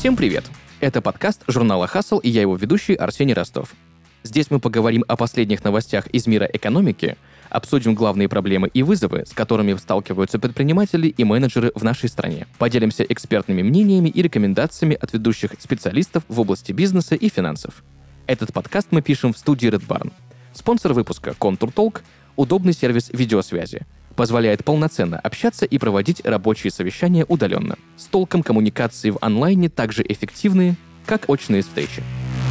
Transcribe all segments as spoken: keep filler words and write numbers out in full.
Всем привет! Это подкаст журнала Hustle, и я его ведущий Арсений Ростов. Здесь мы поговорим о последних новостях из мира экономики, обсудим главные проблемы и вызовы, с которыми сталкиваются предприниматели и менеджеры в нашей стране. Поделимся экспертными мнениями и рекомендациями от ведущих специалистов в области бизнеса и финансов. Этот подкаст мы пишем в студии Red Barn. Спонсор выпуска ContourTalk – удобный сервис видеосвязи. Позволяет полноценно общаться и проводить рабочие совещания удаленно. С толком коммуникации в онлайне так же эффективные, как очные встречи.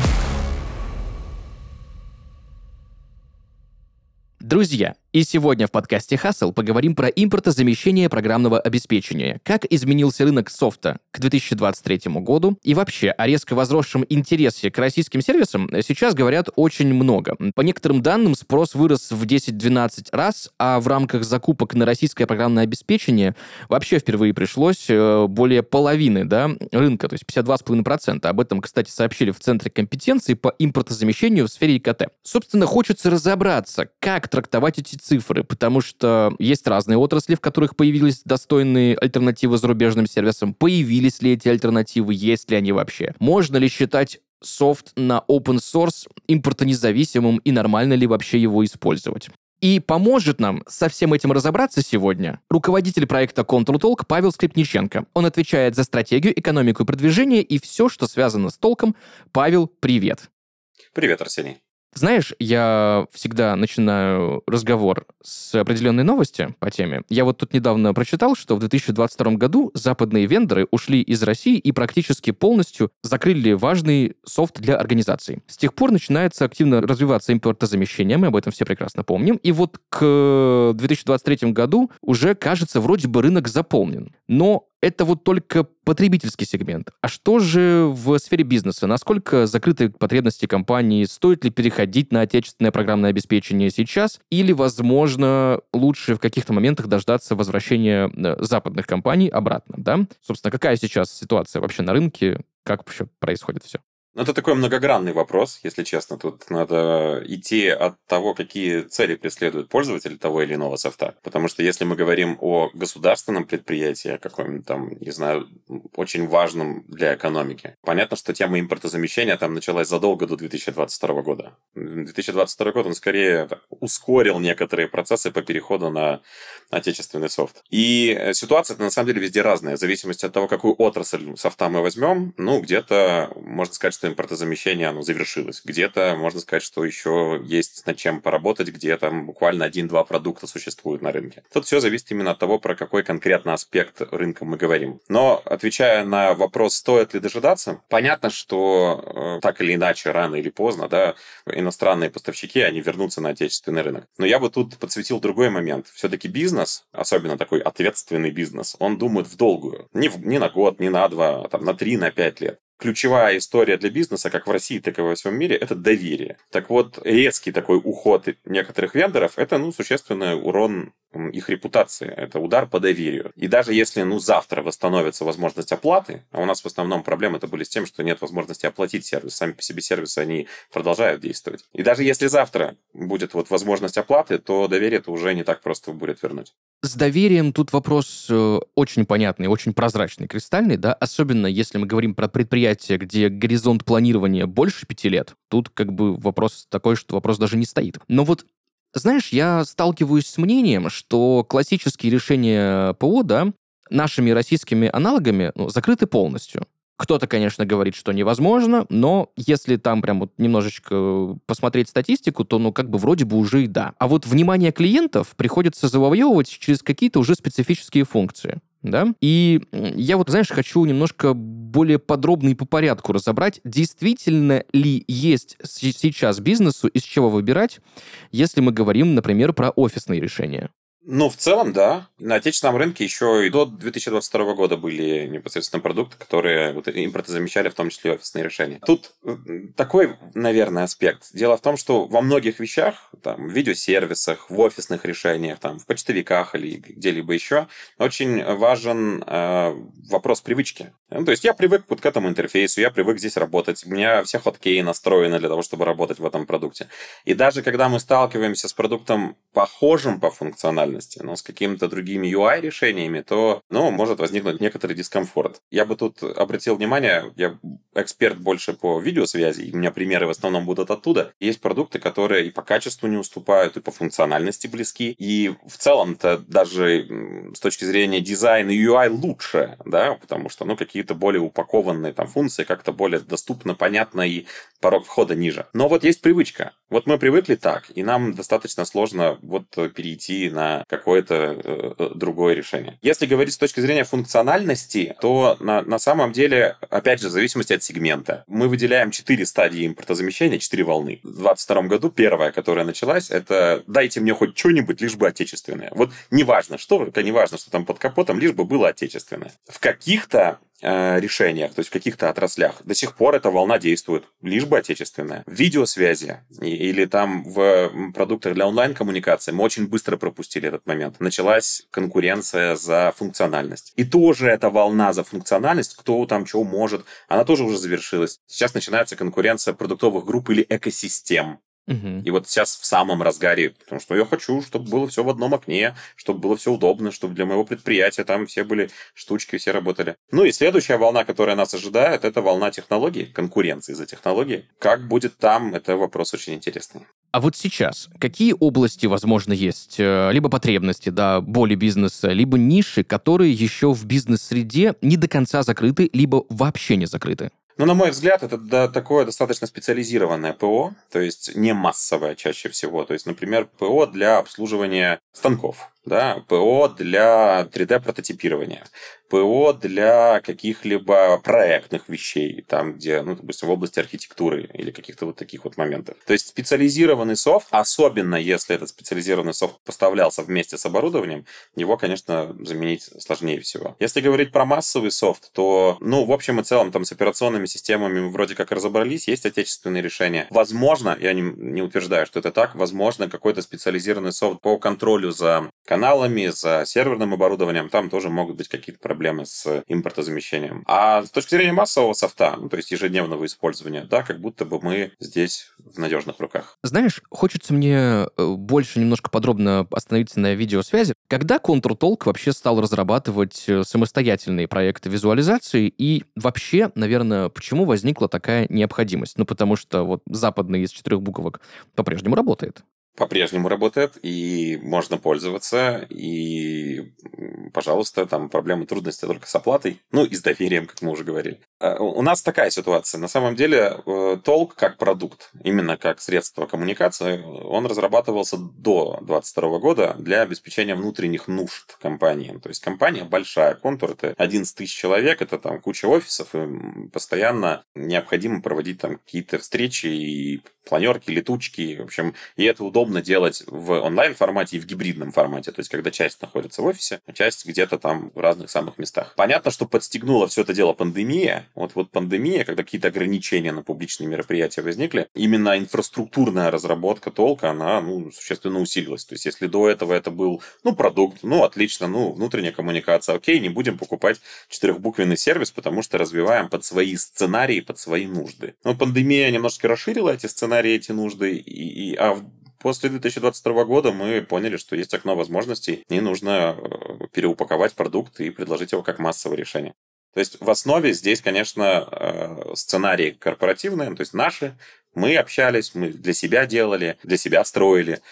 Друзья, и сегодня в подкасте Hustle поговорим про импортозамещение программного обеспечения, как изменился рынок софта к две тысячи двадцать третьему году, и вообще о резко возросшем интересе к российским сервисам сейчас говорят очень много. По некоторым данным, спрос вырос в десять-двенадцать раз, а в рамках закупок на российское программное обеспечение вообще впервые пришлось более половины, да, рынка, то есть пятьдесят два целых пять десятых процента. Об этом, кстати, сообщили в Центре компетенции по импортозамещению в сфере ИКТ. Собственно, хочется разобраться, как трактовать эти цифры, потому что есть разные отрасли, в которых появились достойные альтернативы зарубежным сервисам. Появились ли эти альтернативы, есть ли они вообще? Можно ли считать софт на open source импортонезависимым и нормально ли вообще его использовать? И поможет нам со всем этим разобраться сегодня руководитель проекта ContourTalk Павел Скрипниченко. Он отвечает за стратегию, экономику и продвижение и все, что связано с толком. Павел, привет. Привет, Арсений. Знаешь, я всегда начинаю разговор с определенной новости по теме. Я вот тут недавно прочитал, что в две тысячи двадцать втором году западные вендоры ушли из России и практически полностью закрыли важный софт для организаций. С тех пор начинается активно развиваться импортозамещение, мы об этом все прекрасно помним. И вот к две тысячи двадцать третьему году уже, кажется, вроде бы рынок заполнен. Но это вот только потребительский сегмент. А что же в сфере бизнеса? Насколько закрыты потребности компании? Стоит ли переходить на отечественное программное обеспечение сейчас? Или, возможно, лучше в каких-то моментах дождаться возвращения западных компаний обратно, да? Собственно, какая сейчас ситуация вообще на рынке? Как вообще происходит все? Ну, это такой многогранный вопрос, если честно. Тут надо идти от того, какие цели преследует пользователь того или иного софта. Потому что если мы говорим о государственном предприятии, о каком-нибудь там, не знаю, очень важном для экономики, понятно, что тема импортозамещения там началась задолго до две тысячи двадцать второго года. две тысячи двадцать второй год, он скорее так, ускорил некоторые процессы по переходу на отечественный софт. И ситуация на самом деле везде разная. В зависимости от того, какую отрасль софта мы возьмем, ну, где-то, можно сказать, что импортозамещение, оно завершилось. Где-то, можно сказать, что еще есть над чем поработать, где там буквально один-два продукта существуют на рынке. Тут все зависит именно от того, про какой конкретно аспект рынка мы говорим. Но, отвечая на вопрос, стоит ли дожидаться, понятно, что э, так или иначе, рано или поздно, да, иностранные поставщики, они вернутся на отечественный рынок. Но я бы тут подсветил другой момент. Все-таки бизнес, особенно такой ответственный бизнес, он думает в долгую. Не, в, не на год, не на два, а там, на три, на пять лет. Ключевая история для бизнеса, как в России, так и во всем мире, это доверие. Так вот, резкий такой уход некоторых вендоров – это, ну, существенный урон их репутации. Это удар по доверию. И даже если, ну, завтра восстановится возможность оплаты, а у нас в основном проблемы это были с тем, что нет возможности оплатить сервис. Сами по себе сервисы, они продолжают действовать. И даже если завтра будет вот возможность оплаты, то доверие-то уже не так просто будет вернуть. С доверием тут вопрос э, очень понятный, очень прозрачный, кристальный, да, особенно если мы говорим про предприятие, где горизонт планирования больше пяти лет, тут как бы вопрос такой, что вопрос даже не стоит. Но вот, знаешь, я сталкиваюсь с мнением, что классические решения ПО, да, нашими российскими аналогами, ну, закрыты полностью. Кто-то, конечно, говорит, что невозможно, но если там прям вот немножечко посмотреть статистику, то, ну, как бы вроде бы уже и да. А вот внимание клиентов приходится завоевывать через какие-то уже специфические функции. Да? И я вот, знаешь, хочу немножко более подробно и по порядку разобрать, действительно ли есть сейчас бизнесу из чего выбирать, если мы говорим, например, про офисные решения. Ну, в целом, да. На отечественном рынке еще и до две тысячи двадцать второго года были непосредственно продукты, которые вот, импортозамещали, в том числе офисные решения. Тут такой, наверное, аспект. Дело в том, что во многих вещах, там, в видеосервисах, в офисных решениях, там, в почтовиках или где-либо еще, очень важен э, вопрос привычки. Ну, то есть я привык вот к этому интерфейсу, я привык здесь работать, у меня все хоткеи настроены для того, чтобы работать в этом продукте. И даже когда мы сталкиваемся с продуктом похожим по функциональности, функциональности. Но с какими-то другими ю ай-решениями, то, ну, может возникнуть некоторый дискомфорт. Я бы тут обратил внимание, я эксперт больше по видеосвязи, и у меня примеры в основном будут оттуда. Есть продукты, которые и по качеству не уступают, и по функциональности близки, и в целом-то даже с точки зрения дизайна ю ай лучше, да, потому что, ну, какие-то более упакованные там функции как-то более доступно, понятно, и порог входа ниже. Но вот есть привычка. Вот мы привыкли так, и нам достаточно сложно вот перейти на какое-то э, другое решение. Если говорить с точки зрения функциональности, то на, на самом деле, опять же, в зависимости от сегмента, мы выделяем четыре стадии импортозамещения, четыре волны. В две тысячи двадцать втором году первая, которая началась, это «дайте мне хоть что-нибудь, лишь бы отечественное». Вот неважно, что, это неважно, что там под капотом, лишь бы было отечественное. В каких-то решениях, то есть в каких-то отраслях. До сих пор эта волна действует, лишь бы отечественная. В видеосвязи или там в продуктах для онлайн-коммуникации мы очень быстро пропустили этот момент. Началась конкуренция за функциональность. И тоже эта волна за функциональность, кто там что может, она тоже уже завершилась. Сейчас начинается конкуренция продуктовых групп или экосистем. Угу. И вот сейчас в самом разгаре, потому что я хочу, чтобы было все в одном окне, чтобы было все удобно, чтобы для моего предприятия там все были штучки, все работали. Ну и следующая волна, которая нас ожидает, это волна технологий, конкуренции за технологии. Как будет там, это вопрос очень интересный. А вот сейчас какие области, возможно, есть? Либо потребности, да, боли бизнеса, либо ниши, которые еще в бизнес-среде не до конца закрыты, либо вообще не закрыты? Ну, на мой взгляд, это да, такое достаточно специализированное ПО, то есть не массовое чаще всего. То есть, например, ПО для обслуживания станков, да, ПО для три дэ-прототипирования, ПО для каких-либо проектных вещей, там, где, ну, допустим, в области архитектуры или каких-то вот таких вот моментов. То есть специализированный софт, особенно если этот специализированный софт поставлялся вместе с оборудованием, его, конечно, заменить сложнее всего. Если говорить про массовый софт, то, ну, в общем и целом, там с операционными системами мы вроде как разобрались, есть отечественные решения. Возможно, я не, не утверждаю, что это так, возможно, какой-то специализированный софт по контролю за каналами, за серверным оборудованием, там тоже могут быть какие-то проблемы с импортозамещением. А с точки зрения массового софта, ну, то есть ежедневного использования, да, как будто бы мы здесь в надежных руках. Знаешь, хочется мне больше немножко подробно остановиться на видеосвязи. Когда ContourTalk вообще стал разрабатывать самостоятельные проекты визуализации и вообще, наверное, почему возникла такая необходимость? Ну, потому что вот западный из четырех буквок по-прежнему работает. По-прежнему работает, и можно пользоваться, и, пожалуйста, там проблемы, трудности только с оплатой, ну, и с доверием, как мы уже говорили. У нас такая ситуация. На самом деле, Talk как продукт, именно как средство коммуникации, он разрабатывался до двадцать второго года для обеспечения внутренних нужд компании. То есть компания большая, Контур — это одиннадцать тысяч человек, это там куча офисов, и постоянно необходимо проводить там какие-то встречи и планерки, летучки, в общем, и это удобно делать в онлайн-формате и в гибридном формате, то есть когда часть находится в офисе, а часть где-то там в разных самых местах. Понятно, что подстегнула все это дело пандемия. Вот, вот пандемия, когда какие-то ограничения на публичные мероприятия возникли, именно инфраструктурная разработка толка, она, ну, существенно усилилась. То есть если до этого это был, ну, продукт, ну, отлично, ну, внутренняя коммуникация, окей, не будем покупать четырехбуквенный сервис, потому что развиваем под свои сценарии, под свои нужды. Но пандемия немножко расширила эти сценарии, эти нужды, и, и, а в После две тысячи двадцать второго года мы поняли, что есть окно возможностей, и нужно переупаковать продукт и предложить его как массовое решение. То есть в основе здесь, конечно, сценарии корпоративные, то есть наши. Мы общались, мы для себя делали, для себя строили.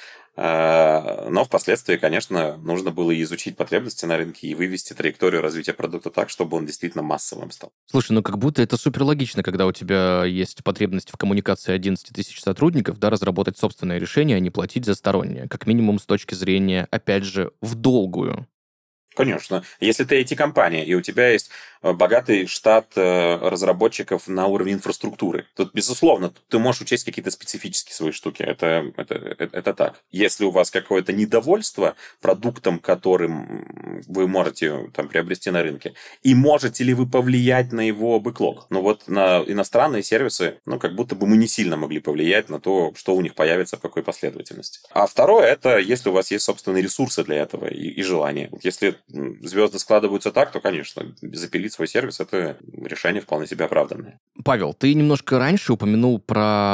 Но впоследствии, конечно, нужно было и изучить потребности на рынке и вывести траекторию развития продукта так, чтобы он действительно массовым стал. Слушай, ну как будто это супер логично, когда у тебя есть потребность в коммуникации одиннадцати тысяч сотрудников, да, разработать собственное решение, а не платить за стороннее. Как минимум с точки зрения, опять же, в долгую. Конечно. Если ты ай ти-компания, и у тебя есть богатый штат разработчиков на уровне инфраструктуры, то, безусловно, ты можешь учесть какие-то специфические свои штуки. Это, это, это, это так. Если у вас какое-то недовольство продуктом, которым вы можете там, приобрести на рынке, и можете ли вы повлиять на его бэклог? Ну вот на иностранные сервисы, ну как будто бы мы не сильно могли повлиять на то, что у них появится, в какой последовательности. А второе, это если у вас есть собственные ресурсы для этого и, и желание. Если звезды складываются так, то, конечно, запилить свой сервис – это решение вполне себе оправданное. Павел, ты немножко раньше упомянул про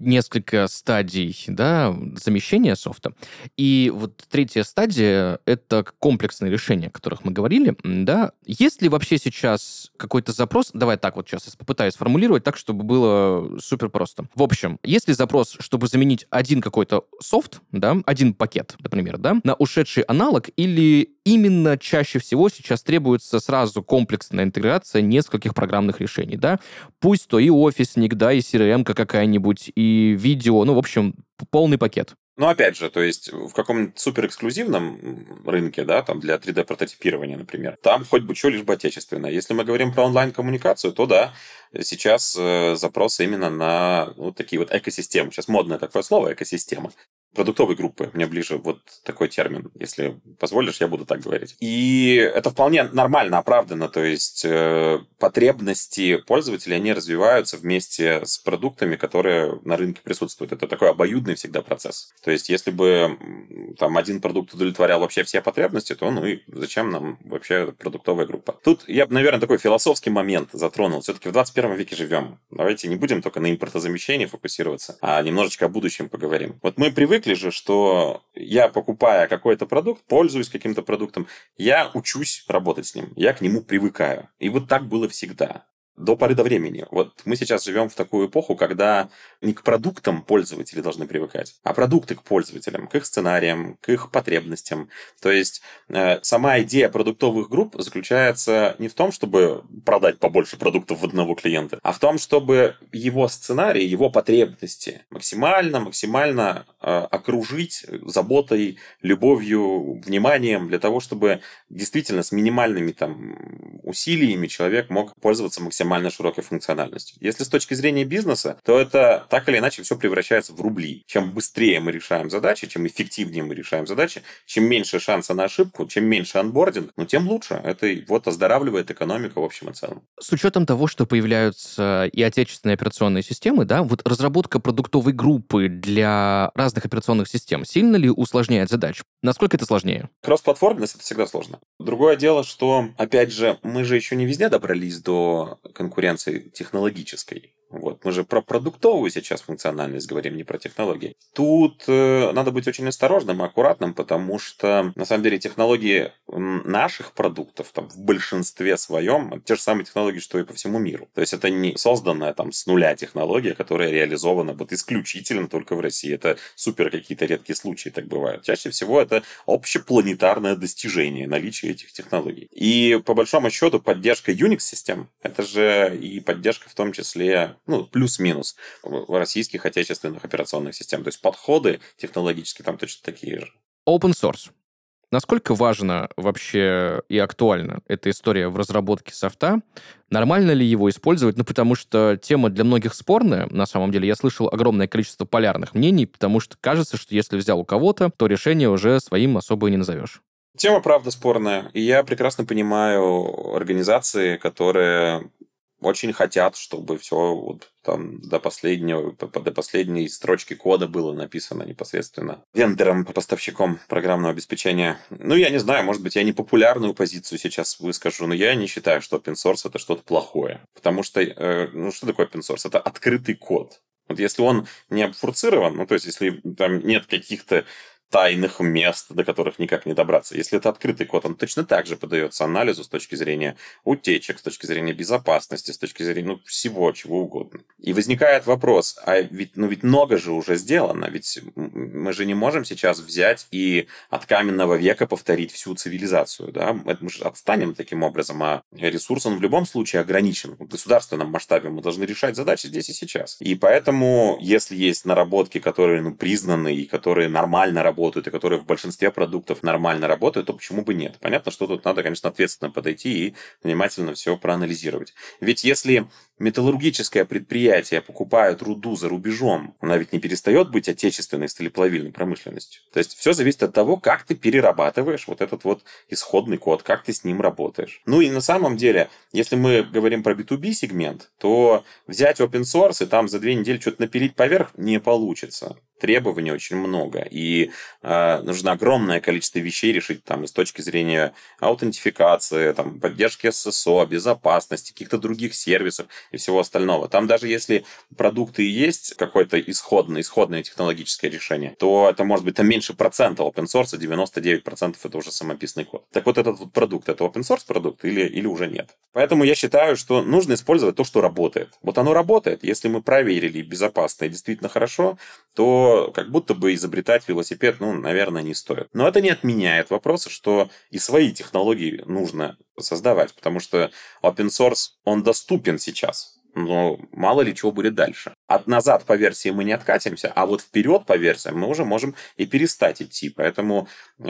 несколько стадий, да, замещения софта. И вот третья стадия — это комплексные решения, о которых мы говорили, да. Есть ли вообще сейчас какой-то запрос? Давай так вот сейчас попытаюсь сформулировать так, чтобы было супер просто. В общем, есть ли запрос, чтобы заменить один какой-то софт, да, один пакет, например, да, на ушедший аналог, или именно чаще всего сейчас требуется сразу комплексная интеграция нескольких программных решений, да? Пусть то и офисник, да, и си эр эм-ка какая-нибудь, и видео, ну, в общем, полный пакет. Ну, опять же, то есть в каком-нибудь суперэксклюзивном рынке, да, там для три дэ-прототипирования, например, там хоть бы что, лишь бы отечественное. Если мы говорим про онлайн-коммуникацию, то да, сейчас э, запросы именно на вот такие вот экосистемы. Сейчас модное такое слово — экосистема. Продуктовой группы. Мне ближе вот такой термин. Если позволишь, я буду так говорить. И это вполне нормально, оправдано. То есть э, потребности пользователей, они развиваются вместе с продуктами, которые на рынке присутствуют. Это такой обоюдный всегда процесс. То есть если бы там один продукт удовлетворял вообще все потребности, то ну и зачем нам вообще продуктовая группа? Тут я бы, наверное, такой философский момент затронул. Все-таки в двадцать первом веке живем. Давайте не будем только на импортозамещении фокусироваться, а немножечко о будущем поговорим. Вот мы привыкли же, что я, покупая какой-то продукт, пользуюсь каким-то продуктом, я учусь работать с ним, я к нему привыкаю. И вот так было всегда. До поры до времени. Вот мы сейчас живем в такую эпоху, когда не к продуктам пользователи должны привыкать, а продукты к пользователям, к их сценариям, к их потребностям. То есть э, сама идея продуктовых групп заключается не в том, чтобы продать побольше продуктов в одного клиента, а в том, чтобы его сценарий, его потребности максимально, максимально э, окружить заботой, любовью, вниманием для того, чтобы действительно с минимальными там усилиями человек мог пользоваться максимально максимально широкой функциональностью. Если с точки зрения бизнеса, то это так или иначе все превращается в рубли. Чем быстрее мы решаем задачи, чем эффективнее мы решаем задачи, чем меньше шанса на ошибку, чем меньше анбординг, ну, тем лучше. Это вот оздоравливает экономику в общем и целом. С учетом того, что появляются и отечественные операционные системы, да, вот разработка продуктовой группы для разных операционных систем сильно ли усложняет задачу? Насколько это сложнее? Кроссплатформенность — это всегда сложно. Другое дело, что, опять же, мы же еще не везде добрались до конкуренции технологической. Вот. Мы же про продуктовую сейчас функциональность говорим, не про технологии. Тут э, надо быть очень осторожным и аккуратным, потому что, на самом деле, технологии наших продуктов там, в большинстве своем те же самые технологии, что и по всему миру. То есть это не созданная там, с нуля технология, которая реализована вот, исключительно только в России. Это супер какие-то редкие случаи так бывают. Чаще всего это общепланетарное достижение наличия этих технологий. И по большому счету поддержка Unix-систем — это же и поддержка в том числе, ну, плюс-минус российских отечественных операционных систем. То есть подходы технологические там точно такие же. Open source. Насколько важно вообще и актуальна эта история в разработке софта? Нормально ли его использовать? Ну, потому что тема для многих спорная. На самом деле, я слышал огромное количество полярных мнений, потому что кажется, что если взял у кого-то, то решение уже своим особо и не назовешь. Тема, правда, спорная. И я прекрасно понимаю организации, которые очень хотят, чтобы все вот там до последнего, до последней строчки кода было написано непосредственно вендором, поставщиком программного обеспечения. Ну, я не знаю, может быть, я непопулярную позицию сейчас выскажу, но я не считаю, что open source — это что-то плохое. Потому что, э, ну, что такое open source? Это открытый код. Вот если он не обфурцирован, ну, то есть, если там нет каких-то тайных мест, до которых никак не добраться. Если это открытый код, он точно так же поддается анализу с точки зрения утечек, с точки зрения безопасности, с точки зрения ну, всего, чего угодно. И возникает вопрос, а ведь, ну, ведь много же уже сделано, ведь мы же не можем сейчас взять и от каменного века повторить всю цивилизацию. Да? Мы же отстанем таким образом, а ресурс он в любом случае ограничен. В государственном масштабе мы должны решать задачи здесь и сейчас. И поэтому, если есть наработки, которые ну, признаны и которые нормально работают, и которые в большинстве продуктов нормально работают, то почему бы нет? Понятно, что тут надо, конечно, ответственно подойти и внимательно все проанализировать. Ведь если металлургическое предприятие покупает руду за рубежом, она ведь не перестает быть отечественной сталеплавильной промышленностью. То есть все зависит от того, как ты перерабатываешь вот этот вот исходный код, как ты с ним работаешь. Ну и на самом деле, если мы говорим про би ту би сегмент, то взять open source и там за две недели что-то напилить поверх не получится. требований очень много, и э, нужно огромное количество вещей решить там, и с точки зрения аутентификации, там, поддержки эс эс о, безопасности, каких-то других сервисов и всего остального. Там даже если продукты и есть какое-то исходное, исходное технологическое решение, то это может быть там меньше процента open source, девяносто девять процентов это уже самописный код. Так вот этот вот продукт, это open source продукт или, или уже нет? Поэтому я считаю, что нужно использовать то, что работает. Вот оно работает. Если мы проверили безопасно и действительно хорошо, то как будто бы изобретать велосипед, ну, наверное, не стоит. Но это не отменяет вопроса, что и свои технологии нужно создавать, потому что open source, он доступен сейчас. Но мало ли чего будет дальше. От назад по версии мы не откатимся, а вот вперед по версиям мы уже можем и перестать идти. Поэтому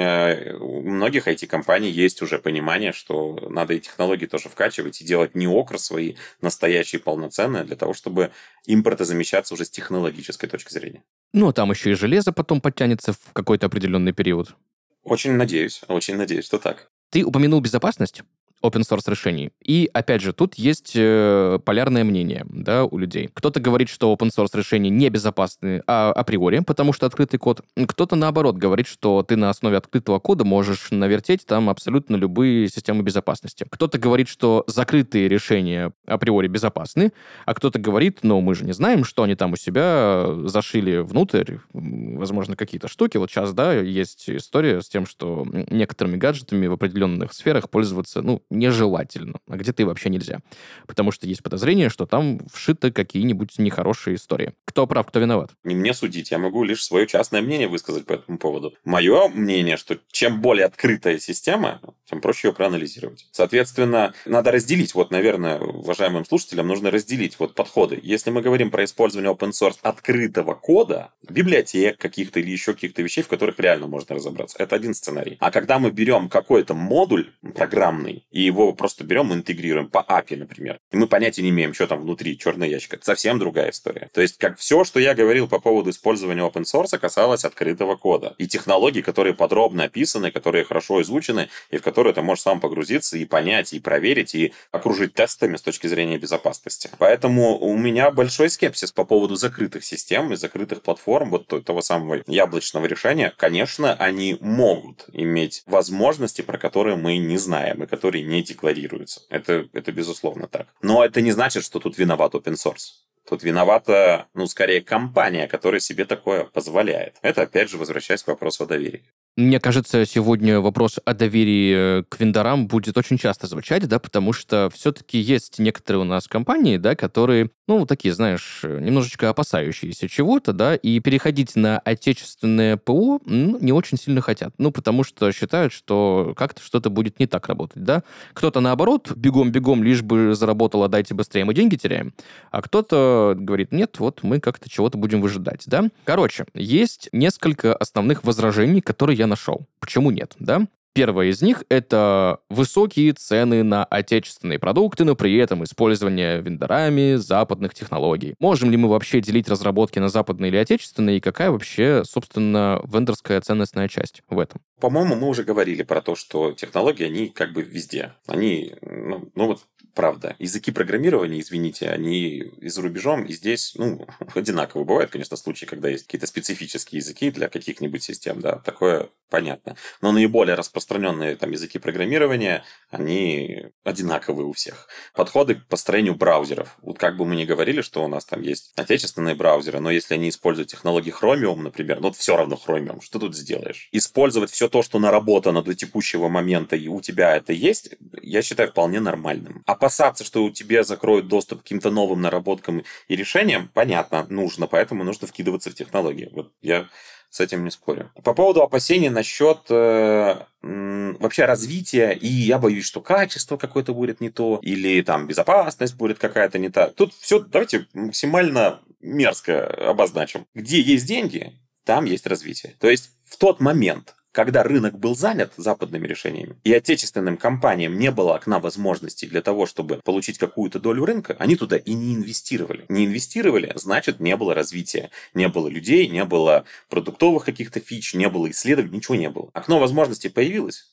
э, у многих ай ти-компаний есть уже понимание, что надо и технологии тоже вкачивать и делать не окра свои настоящие, полноценные, для того, чтобы импортозамещаться уже с технологической точки зрения. Ну, а там еще и железо потом подтянется в какой-то определенный период. Очень надеюсь, очень надеюсь, что так. Ты упомянул безопасность open source решений. И, опять же, тут есть э, полярное мнение, да, у людей. Кто-то говорит, что open source решения не безопасны а, априори, потому что открытый код. Кто-то, наоборот, говорит, что ты на основе открытого кода можешь навертеть там абсолютно любые системы безопасности. Кто-то говорит, что закрытые решения априори безопасны, а кто-то говорит, ну, мы же не знаем, что они там у себя зашили внутрь, возможно, какие-то штуки. Вот сейчас, да, есть история с тем, что некоторыми гаджетами в определенных сферах пользоваться, ну, нежелательно, а где-то и вообще нельзя. Потому что есть подозрение, что там вшиты какие-нибудь нехорошие истории. Кто прав, кто виноват? Не мне судить, я могу лишь свое частное мнение высказать по этому поводу. Мое мнение, что чем более открытая система, тем проще ее проанализировать. Соответственно, надо разделить, вот, наверное, уважаемым слушателям нужно разделить вот подходы. Если мы говорим про использование open source открытого кода, библиотек каких-то или еще каких-то вещей, в которых реально можно разобраться, это один сценарий. А когда мы берем какой-то модуль программный и его просто берем и интегрируем по эй пи ай, например, и мы понятия не имеем, что там внутри, черный ящик, это совсем другая история. То есть, как все, что я говорил по поводу использования open source, касалось открытого кода и технологий, которые подробно описаны, которые хорошо изучены, и в которые ты можешь сам погрузиться и понять, и проверить, и окружить тестами с точки зрения безопасности. Поэтому у меня большой скепсис по поводу закрытых систем и закрытых платформ, вот того самого яблочного решения. Конечно, они могут иметь возможности, про которые мы не знаем, и которые не декларируются. Это, это безусловно так. Но это не значит, что тут виноват open source. Тут виновата, ну, скорее, компания, которая себе такое позволяет. Это, опять же, возвращаясь к вопросу о доверии. Мне кажется, сегодня вопрос о доверии к вендорам будет очень часто звучать, да, потому что все-таки есть некоторые у нас компании, да, которые, ну, такие, знаешь, немножечко опасающиеся чего-то, да, и переходить на отечественное ПО ну, не очень сильно хотят. Ну, потому что считают, что как-то что-то будет не так работать, да. Кто-то, наоборот, бегом-бегом, лишь бы заработало, дайте быстрее, мы деньги теряем. А кто-то говорит, нет, вот мы как-то чего-то будем выжидать, да. Короче, есть несколько основных возражений, которые я нашел. Почему нет, да? Первое из них — это высокие цены на отечественные продукты, но при этом использование вендорами западных технологий. Можем ли мы вообще делить разработки на западные или отечественные, и какая вообще, собственно, вендорская ценностная часть в этом? По-моему, мы уже говорили про то, что технологии, они как бы везде. Они, ну, ну вот, правда, языки программирования, извините, они и за рубежом, и здесь, ну, одинаково. Бывают, конечно, случаи, когда есть какие-то специфические языки для каких-нибудь систем, да, такое понятно. Но наиболее распространенные там языки программирования, они одинаковые у всех. Подходы к построению браузеров. Вот как бы мы ни говорили, что у нас там есть отечественные браузеры, но если они используют технологии Chromium, например, ну, вот все равно Chromium, что тут сделаешь? Использовать все то, что наработано до текущего момента, и у тебя это есть, я считаю вполне нормальным. Опасаться, что у тебя закроют доступ к каким-то новым наработкам и решениям, понятно, нужно, поэтому нужно вкидываться в технологии. Вот я с этим не спорю. По поводу опасений насчет э, м, вообще развития, и я боюсь, что качество какое-то будет не то, или там безопасность будет какая-то не та. Тут все, давайте максимально мерзко обозначим. Где есть деньги, там есть развитие. То есть в тот момент, когда рынок был занят западными решениями, и отечественным компаниям не было окна возможностей для того, чтобы получить какую-то долю рынка, они туда и не инвестировали. Не инвестировали, значит, не было развития. Не было людей, не было продуктовых каких-то фич, не было исследований, ничего не было. Окно возможностей появилось,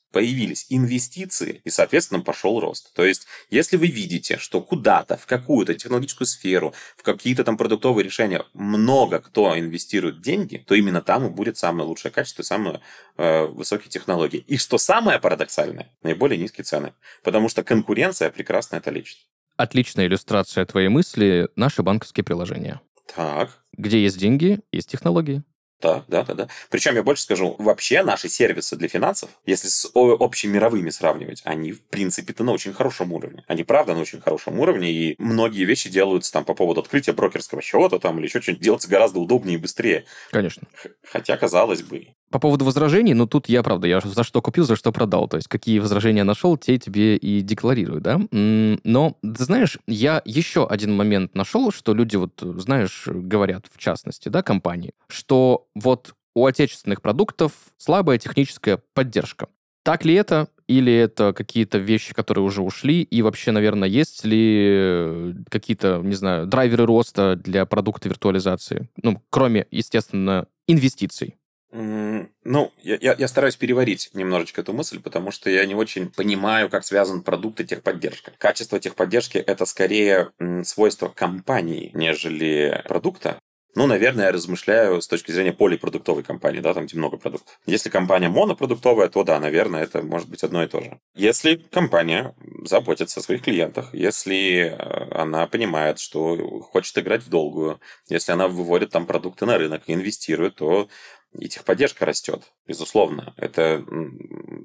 появились инвестиции, и, соответственно, пошел рост. То есть, если вы видите, что куда-то, в какую-то технологическую сферу, в какие-то там продуктовые решения много кто инвестирует деньги, то именно там и будет самое лучшее качество и самые э, высокие технологии. И что самое парадоксальное, наиболее низкие цены. Потому что конкуренция прекрасно это лечит. Отличная иллюстрация твоей мысли — наши банковские приложения. Так. Где есть деньги, есть технологии. Да, да, да, да. Причем я больше скажу, вообще наши сервисы для финансов, если с о- общемировыми сравнивать, они, в принципе-то, на очень хорошем уровне. Они, правда, на очень хорошем уровне, и многие вещи делаются там по поводу открытия брокерского счета там, или еще что-нибудь, делается гораздо удобнее и быстрее. Конечно. Х- Хотя, казалось бы. По поводу возражений, ну тут я, правда, я за что купил, за что продал. То есть какие возражения нашел, те тебе и декларирую, да? М, Но, ты знаешь, я еще один момент нашел, что люди вот, знаешь, говорят, в частности, да, компании, что вот у отечественных продуктов слабая техническая поддержка. Так ли это? Или это какие-то вещи, которые уже ушли? И вообще, наверное, есть ли э, какие-то, не знаю, драйверы роста для продукта виртуализации? Ну, кроме, естественно, инвестиций. М, Ну, я, я- я стараюсь переварить немножечко эту мысль, потому что я не очень понимаю, как связан продукт и техподдержка. Качество техподдержки – это скорее м, свойство компании, нежели продукта. Ну, наверное, я размышляю с точки зрения полипродуктовой компании, да, там, где много продуктов. Если компания монопродуктовая, то да, наверное, это может быть одно и то же. Если компания заботится о своих клиентах, если э, она понимает, что хочет играть в долгую, если она выводит там продукты на рынок и инвестирует, то и техподдержка растет, безусловно. Это м,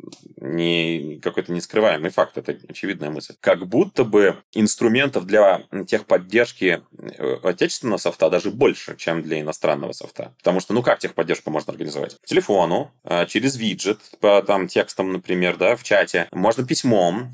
не какой-то нескрываемый факт, это очевидная мысль. Как будто бы инструментов для техподдержки э, отечественного софта даже больше, чем для иностранного софта. Потому что, ну как техподдержку можно организовать? По телефону, э, через виджет, по там текстам, например, да, в чате. Можно письмом,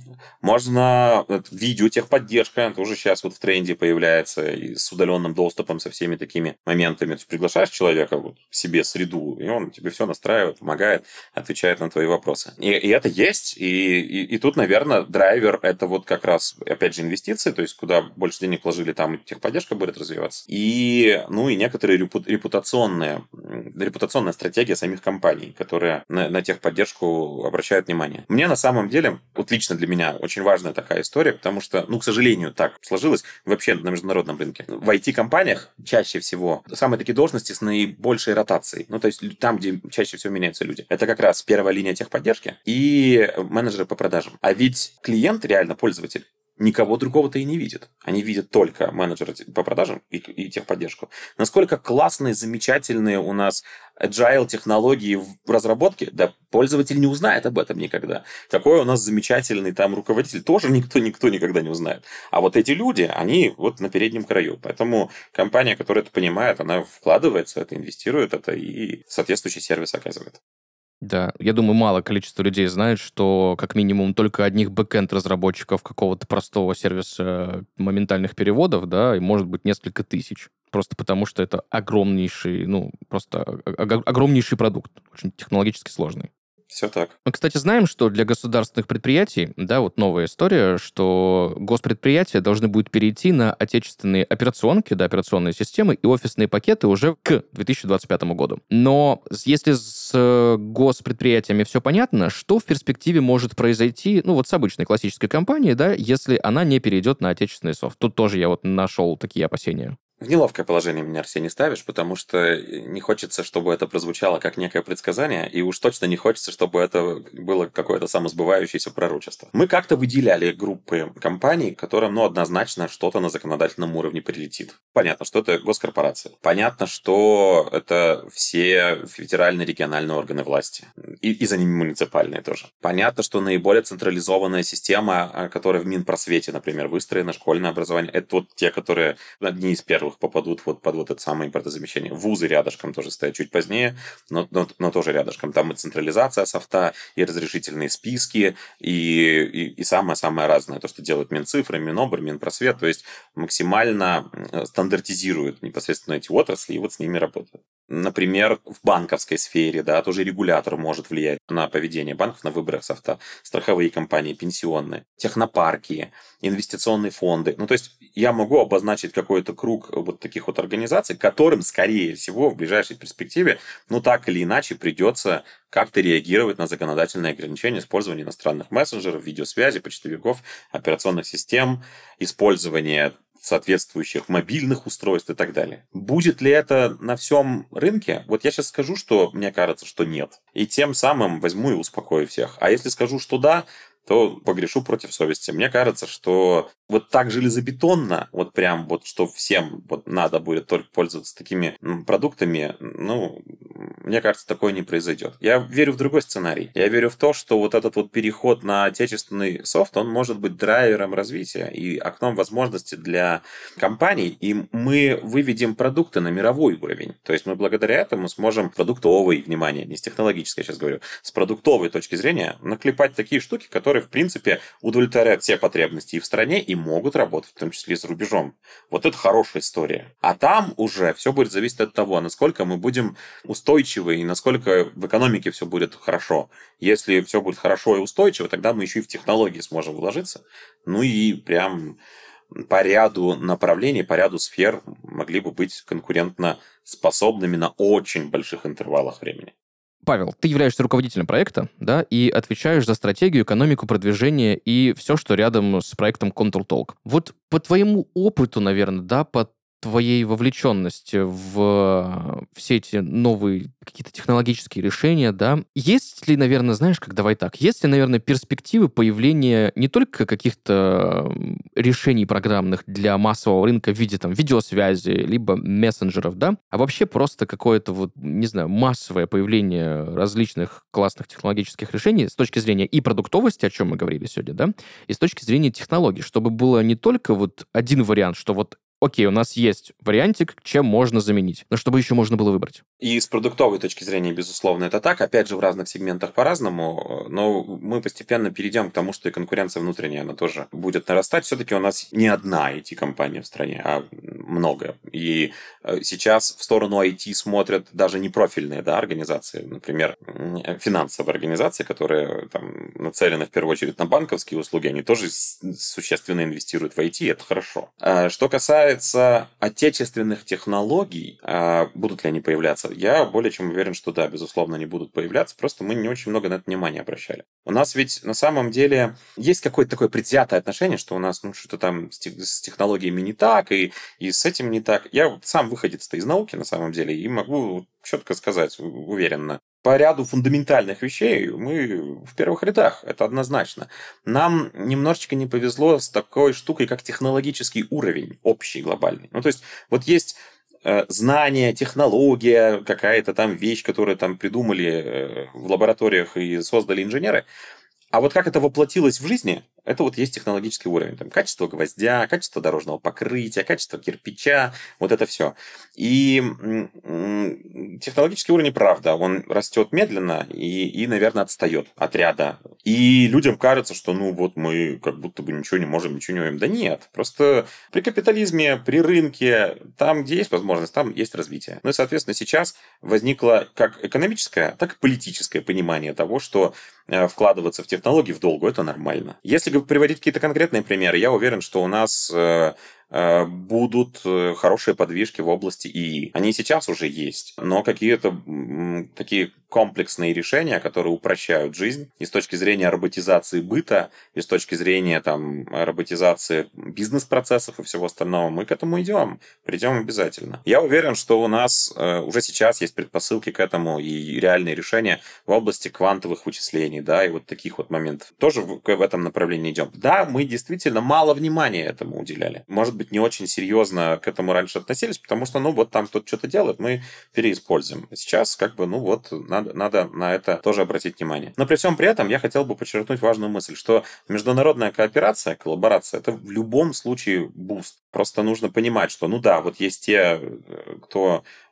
можно э, видео техподдержка, это уже сейчас вот в тренде появляется, и с удаленным доступом, со всеми такими моментами. Ты приглашаешь человека вот к себе среду, и он тебе все настраивает, помогает, отвечает на твои вопросы. И, и это есть, и, и, и тут, наверное, драйвер – это вот как раз, опять же, инвестиции, то есть куда больше денег вложили, там и техподдержка будет развиваться. И, ну, и некоторые репу- репутационные, репутационная стратегия самих компаний, которые на, на техподдержку обращают внимание. Мне на самом деле, вот лично для меня, очень важная такая история, потому что, ну, к сожалению, так сложилось вообще на международном рынке. В ай ти-компаниях чаще всего самые такие должности с наибольшей ротацией. Ну, то есть там, где чаще всего меняются люди. Это как раз первая линия техподдержки и менеджеры по продажам. А ведь клиент, реально пользователь, никого другого-то и не видит. Они видят только менеджера по продажам и, и техподдержку. Насколько классные, замечательные у нас agile технологии в разработке, да пользователь не узнает об этом никогда. Какой у нас замечательный там руководитель, тоже никто, никто никогда не узнает. А вот эти люди, они вот на переднем краю. Поэтому компания, которая это понимает, она вкладывается, это инвестирует, это и соответствующий сервис оказывает. Да, я думаю, мало количество людей знает, что как минимум только одних бэкэнд-разработчиков какого-то простого сервиса моментальных переводов, да, и может быть несколько тысяч. Просто потому, что это огромнейший, ну, просто о- о- огромнейший продукт, очень технологически сложный. Все так. Мы, кстати, знаем, что для государственных предприятий, да, вот новая история, что госпредприятия должны будут перейти на отечественные операционки, да, операционные системы и офисные пакеты уже к две тысячи двадцать пятому году. Но с- если с э, госпредприятиями все понятно, что в перспективе может произойти, ну, вот с обычной классической компанией, да, если она не перейдет на отечественный софт? Тут тоже я вот нашел такие опасения. В неловкое положение меня, Арсений, ставишь, потому что не хочется, чтобы это прозвучало как некое предсказание, и уж точно не хочется, чтобы это было какое-то самосбывающееся пророчество. Мы как-то выделяли группы компаний, которым, ну, однозначно что-то на законодательном уровне прилетит. Понятно, что это госкорпорации. Понятно, что это все федеральные региональные органы власти. И, и за ними муниципальные тоже. Понятно, что наиболее централизованная система, которая в Минпросвете, например, выстроена, школьное образование, это вот те, которые одни из первых попадут вот под вот это самое импортозамещение. Вузы рядышком тоже стоят чуть позднее, но, но, но тоже рядышком. Там и централизация софта, и разрешительные списки, и, и, и самое-самое разное. То, что делают Минцифры, Минобр, Минпросвет. То есть максимально стандартизируют непосредственно эти отрасли и вот с ними работают. Например, в банковской сфере, да, тоже регулятор может влиять на поведение банков, на выборах софта, страховые компании, пенсионные, технопарки, инвестиционные фонды. Ну, то есть я могу обозначить какой-то круг вот таких вот организаций, которым, скорее всего, в ближайшей перспективе, ну, так или иначе, придется как-то реагировать на законодательные ограничения использования иностранных мессенджеров, видеосвязи, почтовиков, операционных систем, использования соответствующих мобильных устройств и так далее. Будет ли это на всем рынке? Вот я сейчас скажу, что мне кажется, что нет. И тем самым возьму и успокою всех. А если скажу, что да, то погрешу против совести. Мне кажется, что вот так железобетонно, вот прям вот, что всем вот надо будет только пользоваться такими продуктами, ну, мне кажется, такое не произойдет. Я верю в другой сценарий. Я верю в то, что вот этот вот переход на отечественный софт, он может быть драйвером развития и окном возможностей для компаний, и мы выведем продукты на мировой уровень. То есть мы благодаря этому сможем продуктовой, внимание, не с технологической сейчас говорю, с продуктовой точки зрения наклепать такие штуки, которые, в принципе, удовлетворяют все потребности и в стране, и могут работать, в том числе и за рубежом. Вот это хорошая история. А там уже все будет зависеть от того, насколько мы будем устойчивы и насколько в экономике все будет хорошо. Если все будет хорошо и устойчиво, тогда мы еще и в технологии сможем вложиться. Ну и прям по ряду направлений, по ряду сфер могли бы быть конкурентно способными на очень больших интервалах времени. Павел, ты являешься руководителем проекта, да, и отвечаешь за стратегию, экономику, продвижение и все, что рядом с проектом ControlTalk. Вот по твоему опыту, наверное, да, по твоей вовлеченности в все эти новые какие-то технологические решения, да, есть ли, наверное, знаешь, как давай так, есть ли, наверное, перспективы появления не только каких-то решений программных для массового рынка в виде там видеосвязи, либо мессенджеров, да, а вообще просто какое-то вот, не знаю, массовое появление различных классных технологических решений с точки зрения и продуктовости, о чем мы говорили сегодня, да, и с точки зрения технологий, чтобы было не только вот один вариант, что вот окей, у нас есть вариантик, чем можно заменить, но чтобы еще можно было выбрать. И с продуктовой точки зрения, безусловно, это так. Опять же, в разных сегментах по-разному, но мы постепенно перейдем к тому, что и конкуренция внутренняя, она тоже будет нарастать. Все-таки у нас не одна ай ти-компания в стране, а много. И сейчас в сторону ай ти смотрят даже не профильные, да, организации, например, финансовые организации, которые там нацелены в первую очередь на банковские услуги, они тоже существенно инвестируют в ай ти, это хорошо. Что касается отечественных технологий, будут ли они появляться, я более чем уверен, что да, безусловно, они будут появляться, просто мы не очень много на это внимания обращали. У нас ведь на самом деле есть какое-то такое предвзятое отношение, что у нас ну, что-то там с технологиями не так, и, и с этим не так. Я вот сам выходец-то из науки, на самом деле, и могу четко сказать, уверенно, по ряду фундаментальных вещей мы в первых рядах, это однозначно. Нам немножечко не повезло с такой штукой, как технологический уровень, общий, глобальный. Ну, то есть, вот есть э, знание, технология, какая-то там вещь, которую там придумали э, в лабораториях и создали инженеры, а вот как это воплотилось в жизни, это вот есть технологический уровень. Там, качество гвоздя, качество дорожного покрытия, качество кирпича, вот это все. И технологический уровень, правда, он растет медленно и, и, наверное, отстает от ряда. И людям кажется, что ну вот мы как будто бы ничего не можем, ничего не умеем. Да нет, просто при капитализме, при рынке, там, где есть возможность, там есть развитие. Ну и, соответственно, сейчас возникло как экономическое, так и политическое понимание того, что вкладываться в технологии в долгу – это нормально. Если приводить какие-то конкретные примеры, я уверен, что у нас будут хорошие подвижки в области ИИ. Они сейчас уже есть, но какие-то такие комплексные решения, которые упрощают жизнь и с точки зрения роботизации быта, и с точки зрения там, роботизации бизнес-процессов и всего остального, мы к этому идем, придем обязательно. Я уверен, что у нас уже сейчас есть предпосылки к этому и реальные решения в области квантовых вычислений, да, и вот таких вот моментов. Тоже в, в этом направлении идем. Да, мы действительно мало внимания этому уделяли. Может быть, не очень серьезно к этому раньше относились, потому что, ну, вот там кто-то что-то делает, мы переиспользуем. Сейчас, как бы, ну, вот, надо, надо на это тоже обратить внимание. Но при всем при этом я хотел бы подчеркнуть важную мысль, что международная кооперация, коллаборация, это в любом случае буст. Просто нужно понимать, что, ну да, вот есть те, кто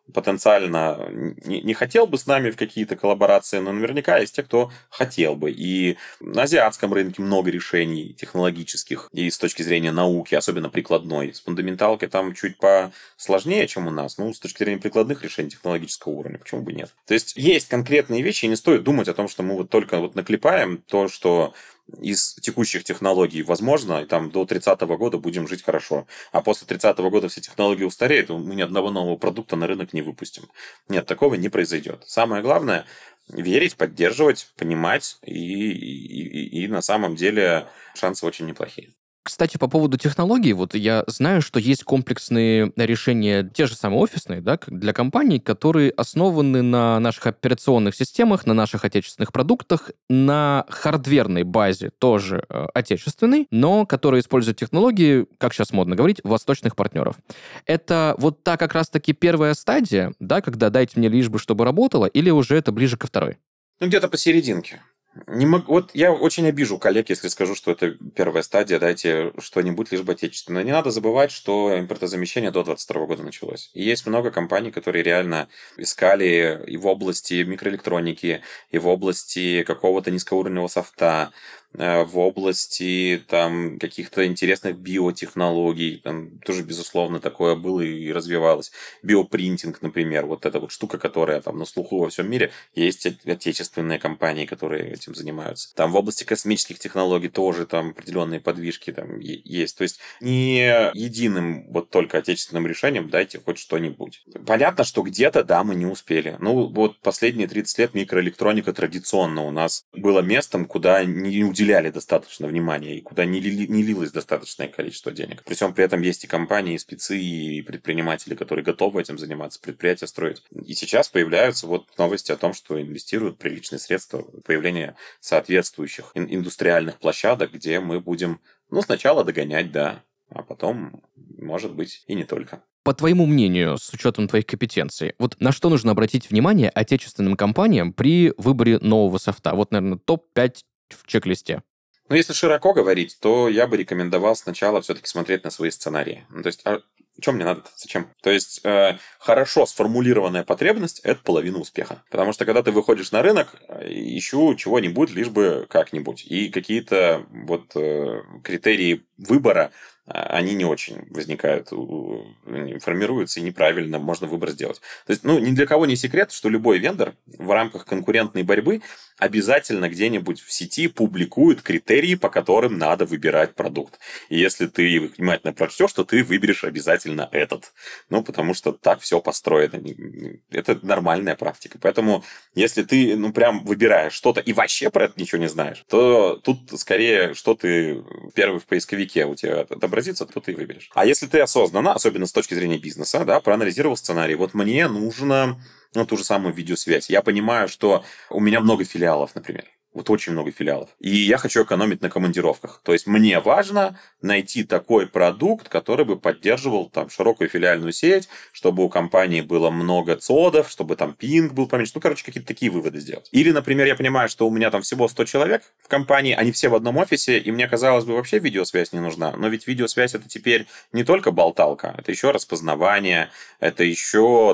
потенциально не, не хотел бы с нами в какие-то коллаборации, но наверняка есть те, кто хотел бы. И на азиатском рынке много решений технологических и с точки зрения науки, особенно прикладной. С фундаменталкой там чуть посложнее, чем у нас. Ну, с точки зрения прикладных решений технологического уровня, почему бы нет? То есть есть конкретные вещи, и не стоит думать о том, что мы вот только вот наклепаем то, что из текущих технологий возможно, и там до тридцатого года будем жить хорошо. А после тридцатого года все технологии устареют, мы ни одного нового продукта на рынок не выпустим. Нет, такого не произойдет. Самое главное верить, поддерживать, понимать, и, и, и, и на самом деле шансы очень неплохие. Кстати, по поводу технологий, вот я знаю, что есть комплексные решения, те же самые офисные, да, для компаний, которые основаны на наших операционных системах, на наших отечественных продуктах, на хардверной базе, тоже э, отечественной, но которые используют технологии, как сейчас модно говорить, восточных партнеров. Это вот та как раз-таки первая стадия, да, когда дайте мне лишь бы, чтобы работало, или уже это ближе ко второй? Ну, где-то посерединке. Не могу, вот я очень обижу коллег, если скажу, что это первая стадия, дайте что-нибудь, лишь бы отечественное. Не надо забывать, что импортозамещение до двадцать второго года началось. И есть много компаний, которые реально искали и в области микроэлектроники, и в области какого-то низкоуровневого софта, в области там каких-то интересных биотехнологий, там тоже, безусловно, такое было и развивалось. Биопринтинг, например, вот эта вот штука, которая там на слуху во всем мире, есть отечественные компании, которые этим занимаются. Там в области космических технологий тоже там определенные подвижки там есть. То есть не единым вот только отечественным решением дайте хоть что-нибудь. Понятно, что где-то, да, мы не успели. Ну, вот последние тридцать лет микроэлектроника традиционно у нас было местом, куда не уделяли достаточно внимания и куда не, ли, не лилось достаточное количество денег. При всем при этом есть и компании, и спецы, и предприниматели, которые готовы этим заниматься, предприятия строить. И сейчас появляются вот новости о том, что инвестируют приличные средства в появление соответствующих индустриальных площадок, где мы будем, ну, сначала догонять, да, а потом, может быть, и не только. По твоему мнению, с учетом твоих компетенций, вот на что нужно обратить внимание отечественным компаниям при выборе нового софта? Вот, наверное, топ пять в чек-листе. Ну, если широко говорить, то я бы рекомендовал сначала все-таки смотреть на свои сценарии. Ну, то есть, а что мне надо? Зачем? То есть, э, хорошо сформулированная потребность – это половина успеха. Потому что, когда ты выходишь на рынок, ищу чего-нибудь, лишь бы как-нибудь. И какие-то вот э, критерии выбора, они не очень возникают, формируются, и неправильно можно выбор сделать. То есть, ну, ни для кого не секрет, что любой вендор в рамках конкурентной борьбы обязательно где-нибудь в сети публикует критерии, по которым надо выбирать продукт. И если ты их внимательно прочтешь, то ты выберешь обязательно этот. Ну, потому что так все построено. Это нормальная практика. Поэтому, если ты, ну, прям выбираешь что-то и вообще про это ничего не знаешь, то тут скорее, что ты первый в поисковике у тебя отобразится, то ты и выберешь. А если ты осознанно, особенно с точки зрения бизнеса, да, проанализировал сценарий, вот мне нужно, ну, ту же самую видеосвязь. Я понимаю, что у меня много филиалов, например. Вот очень много филиалов. И я хочу экономить на командировках. То есть мне важно найти такой продукт, который бы поддерживал там широкую филиальную сеть, чтобы у компании было много цодов, чтобы там пинг был поменьше. Ну, короче, какие-то такие выводы сделать. Или, например, я понимаю, что у меня там всего сто человек в компании, они все в одном офисе, и мне, казалось бы, вообще видеосвязь не нужна. Но ведь видеосвязь это теперь не только болталка, это еще распознавание, это еще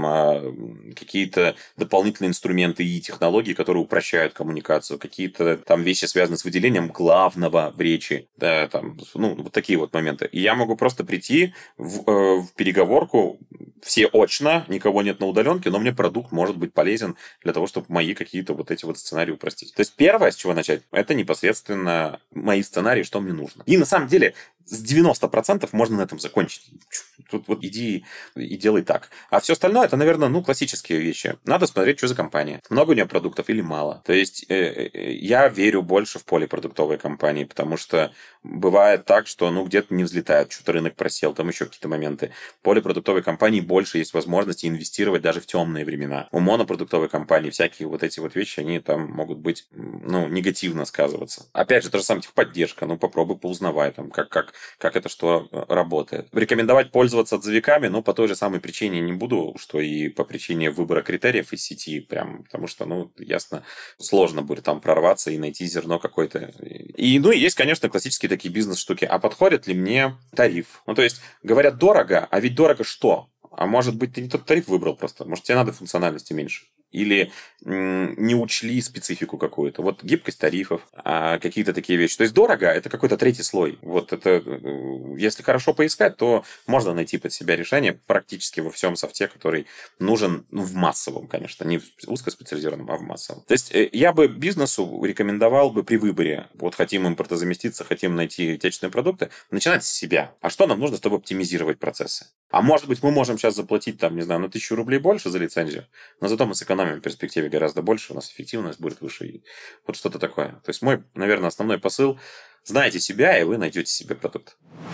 там какие-то дополнительные инструменты и технологии, которые упрощают коммуникацию, какие-то там вещи, связанные с выделением главного в речи, да, там, ну, вот такие вот моменты. И я могу просто прийти в, э, в переговорку, все очно, никого нет на удаленке, но мне продукт может быть полезен для того, чтобы мои какие-то вот эти вот сценарии упростить. То есть первое, с чего начать, это непосредственно мои сценарии, что мне нужно. И на самом деле с девяноста процентов можно на этом закончить. Тут вот иди и делай так. А все остальное, это, наверное, ну, классические вещи. Надо смотреть, что за компания. Много у нее продуктов или мало. То есть э, я верю больше в полипродуктовые компании, потому что бывает так, что ну где-то не взлетает, что-то рынок просел, там еще какие-то моменты. Полипродуктовые компании больше есть возможности инвестировать даже в темные времена. У монопродуктовой компании всякие вот эти вот вещи, они там могут быть, ну, негативно сказываться. Опять же, то же самое техподдержка. Ну, попробуй поузнавай, там, как, как, как это что работает. Рекомендовать пользоваться отзывиками, ну, по той же самой причине не буду, что и по причине выбора критериев из сети, прям, потому что, ну, ясно, сложно будет там прорваться и найти зерно какое-то. И, ну, и есть, конечно, классические такие бизнес-штуки. А подходит ли мне тариф? Ну, то есть, говорят, дорого, а ведь дорого что? А может быть, ты не тот тариф выбрал просто. Может, тебе надо функциональности меньше. Или м, не учли специфику какую-то. Вот гибкость тарифов, а, какие-то такие вещи. То есть дорого – это какой-то третий слой. Вот это, если хорошо поискать, то можно найти под себя решение практически во всем софте, который нужен ну, в массовом, конечно, не в узкоспециализированном, а в массовом. То есть я бы бизнесу рекомендовал бы при выборе, вот хотим импортозаместиться, хотим найти отечественные продукты, начинать с себя. А что нам нужно, чтобы оптимизировать процессы? А может быть, мы можем сейчас заплатить, там, не знаю, на тысячу рублей больше за лицензию, но зато мы сэкономим в перспективе гораздо больше, у нас эффективность будет выше. И вот что-то такое. То есть мой, наверное, основной посыл – знайте себя, и вы найдете себе продукт.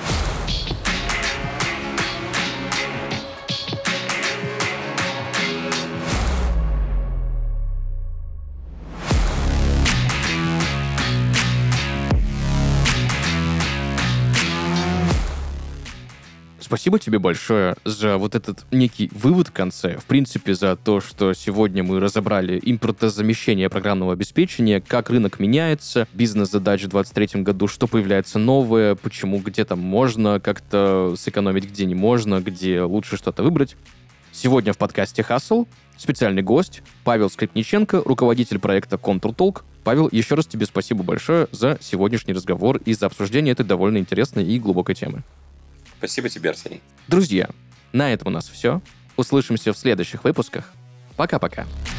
Спасибо тебе большое за вот этот некий вывод в конце. В принципе, за то, что сегодня мы разобрали импортозамещение программного обеспечения, как рынок меняется, бизнес-задач в двадцать третьем году, что появляется новое, почему где-то можно как-то сэкономить, где не можно, где лучше что-то выбрать. Сегодня в подкасте Hustle специальный гость Павел Скрипниченко, руководитель проекта ContourTalk. Павел, еще раз тебе спасибо большое за сегодняшний разговор и за обсуждение этой довольно интересной и глубокой темы. Спасибо тебе, Арсений. Друзья, на этом у нас все. Услышимся в следующих выпусках. Пока-пока.